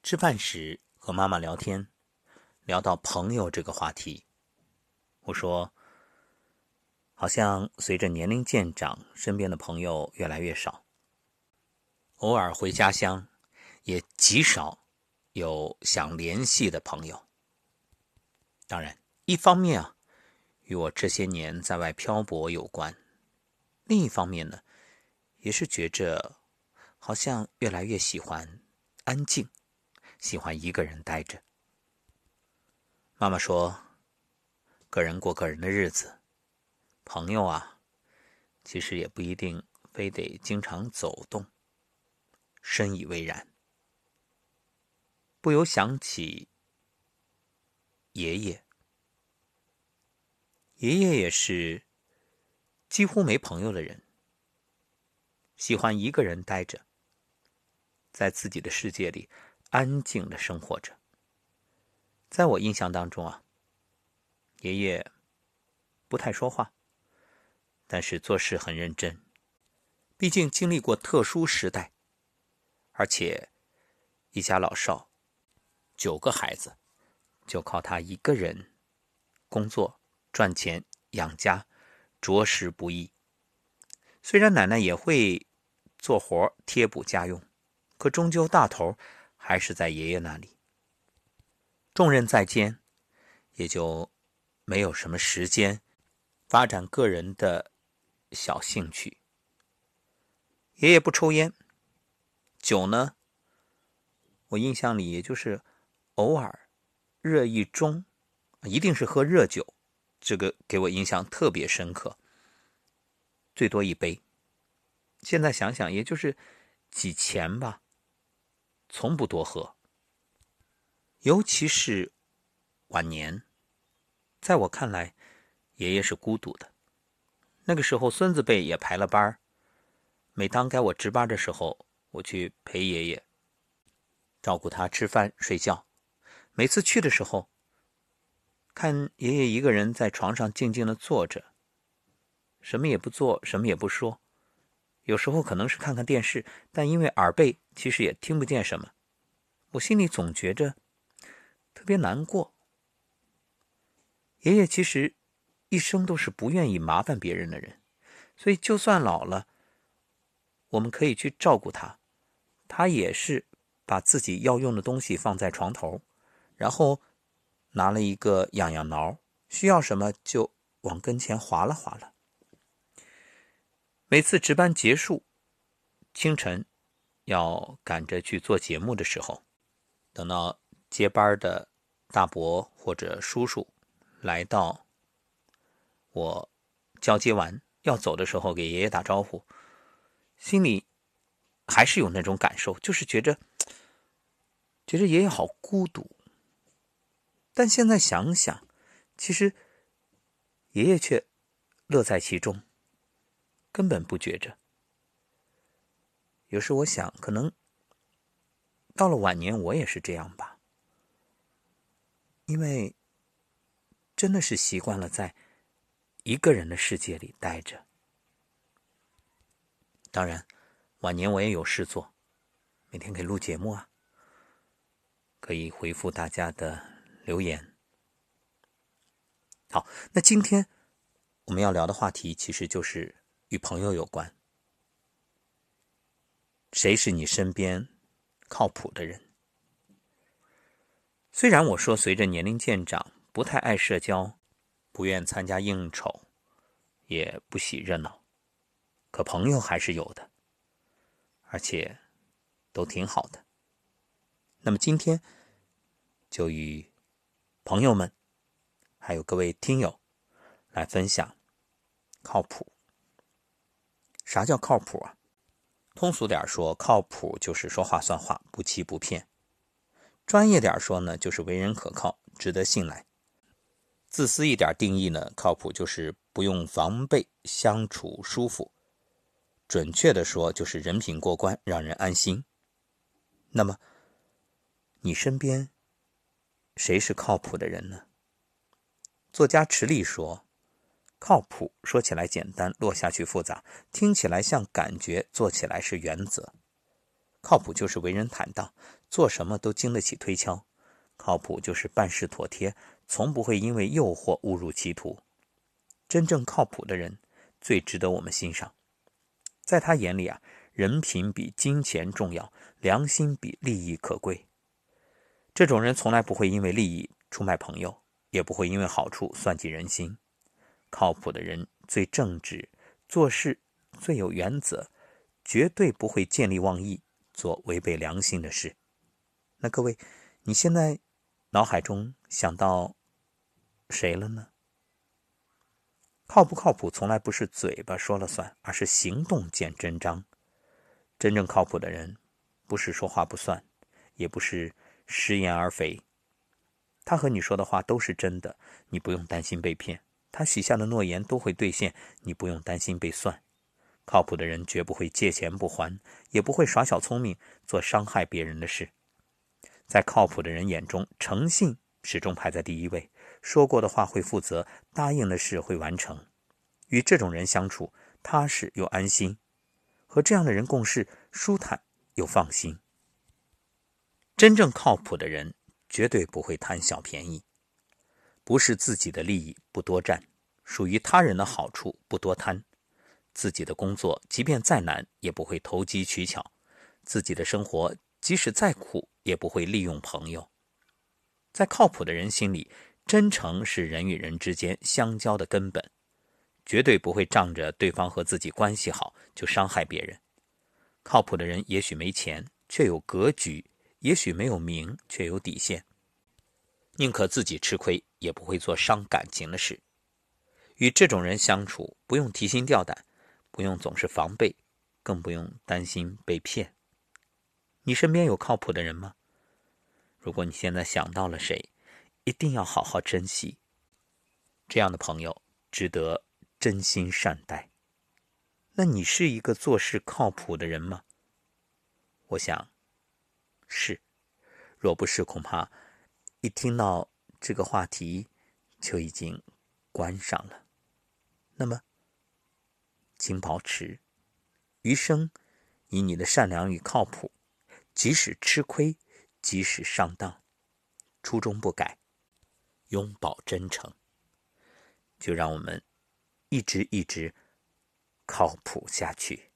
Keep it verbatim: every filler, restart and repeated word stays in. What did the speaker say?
吃饭时和妈妈聊天，聊到朋友这个话题，我说，好像随着年龄渐长，身边的朋友越来越少，偶尔回家乡，也极少有想联系的朋友。当然，一方面啊，与我这些年在外漂泊有关；另一方面呢，也是觉着好像越来越喜欢安静，喜欢一个人待着。妈妈说，个人过个人的日子，朋友啊，其实也不一定非得经常走动。深以为然，不由想起爷爷。爷爷也是几乎没朋友的人，喜欢一个人待着，在自己的世界里安静地生活着。在我印象当中啊，爷爷不太说话，但是做事很认真，毕竟经历过特殊时代，而且一家老少九个孩子，就靠他一个人工作赚钱养家，着实不易。虽然奶奶也会做活贴补家用，可终究大头还是在爷爷那里。重任在肩，也就没有什么时间发展个人的小兴趣。爷爷不抽烟，酒呢，我印象里也就是偶尔热一盅，一定是喝热酒，这个给我印象特别深刻。最多一杯，现在想想也就是几钱吧，从不多喝。尤其是晚年，在我看来，爷爷是孤独的。那个时候孙子辈也排了班，每当该我值班的时候，我去陪爷爷，照顾他吃饭睡觉。每次去的时候，看爷爷一个人在床上静静地坐着，什么也不做，什么也不说。有时候可能是看看电视，但因为耳背，其实也听不见什么。我心里总觉着特别难过。爷爷其实一生都是不愿意麻烦别人的人，所以就算老了，我们可以去照顾他，他也是把自己要用的东西放在床头，然后拿了一个痒痒挠，需要什么就往跟前划拉划拉。每次值班结束，清晨要赶着去做节目的时候，等到接班的大伯或者叔叔来到，我交接完要走的时候给爷爷打招呼，心里还是有那种感受，就是觉着觉着爷爷好孤独。但现在想想，其实爷爷却乐在其中，根本不觉着。有时我想，可能到了晚年我也是这样吧，因为真的是习惯了在一个人的世界里待着。当然晚年我也有事做，每天可以录节目啊，可以回复大家的留言。好，那今天我们要聊的话题其实就是与朋友有关。谁是你身边靠谱的人？虽然我说随着年龄渐长，不太爱社交，不愿参加应酬，也不喜热闹，可朋友还是有的，而且都挺好的。那么今天就与朋友们还有各位听友来分享靠谱。啥叫靠谱啊？通俗点说，靠谱就是说话算话，不欺不骗。专业点说呢，就是为人可靠，值得信赖。自私一点定义呢，靠谱就是不用防备，相处舒服。准确的说，就是人品过关，让人安心。那么你身边谁是靠谱的人呢？作家池莉说，靠谱说起来简单，落下去复杂，听起来像感觉，做起来是原则。 靠谱就是为人坦荡，做什么都经得起推敲。靠谱就是办事妥帖，从不会因为诱惑误入歧途。真正靠谱的人最值得我们欣赏。在他眼里啊，人品比金钱重要，良心比利益可贵。这种人从来不会因为利益出卖朋友，也不会因为好处算计人心。靠谱的人最正直，做事最有原则，绝对不会见利忘义，做违背良心的事。那各位，你现在脑海中想到谁了呢？靠不靠谱从来不是嘴巴说了算，而是行动见真章。真正靠谱的人，不是说话不算，也不是食言而肥。他和你说的话都是真的，你不用担心被骗。他许下的诺言都会兑现，你不用担心被算。靠谱的人绝不会借钱不还，也不会耍小聪明，做伤害别人的事。在靠谱的人眼中，诚信始终排在第一位，说过的话会负责，答应的事会完成。与这种人相处，踏实又安心。和这样的人共事，舒坦又放心。真正靠谱的人绝对不会贪小便宜，不是自己的利益不多占，属于他人的好处不多贪。自己的工作即便再难，也不会投机取巧；自己的生活即使再苦，也不会利用朋友。在靠谱的人心里，真诚是人与人之间相交的根本，绝对不会仗着对方和自己关系好就伤害别人。靠谱的人也许没钱，却有格局；也许没有名，却有底线。宁可自己吃亏，也不会做伤感情的事。与这种人相处，不用提心吊胆，不用总是防备，更不用担心被骗。你身边有靠谱的人吗？如果你现在想到了谁，一定要好好珍惜。这样的朋友值得真心善待。那你是一个做事靠谱的人吗？我想是，若不是，恐怕一听到这个话题就已经关上了。那么请保持余生，以你的善良与靠谱，即使吃亏，即使上当，初衷不改，永葆真诚。就让我们一直一直靠谱下去。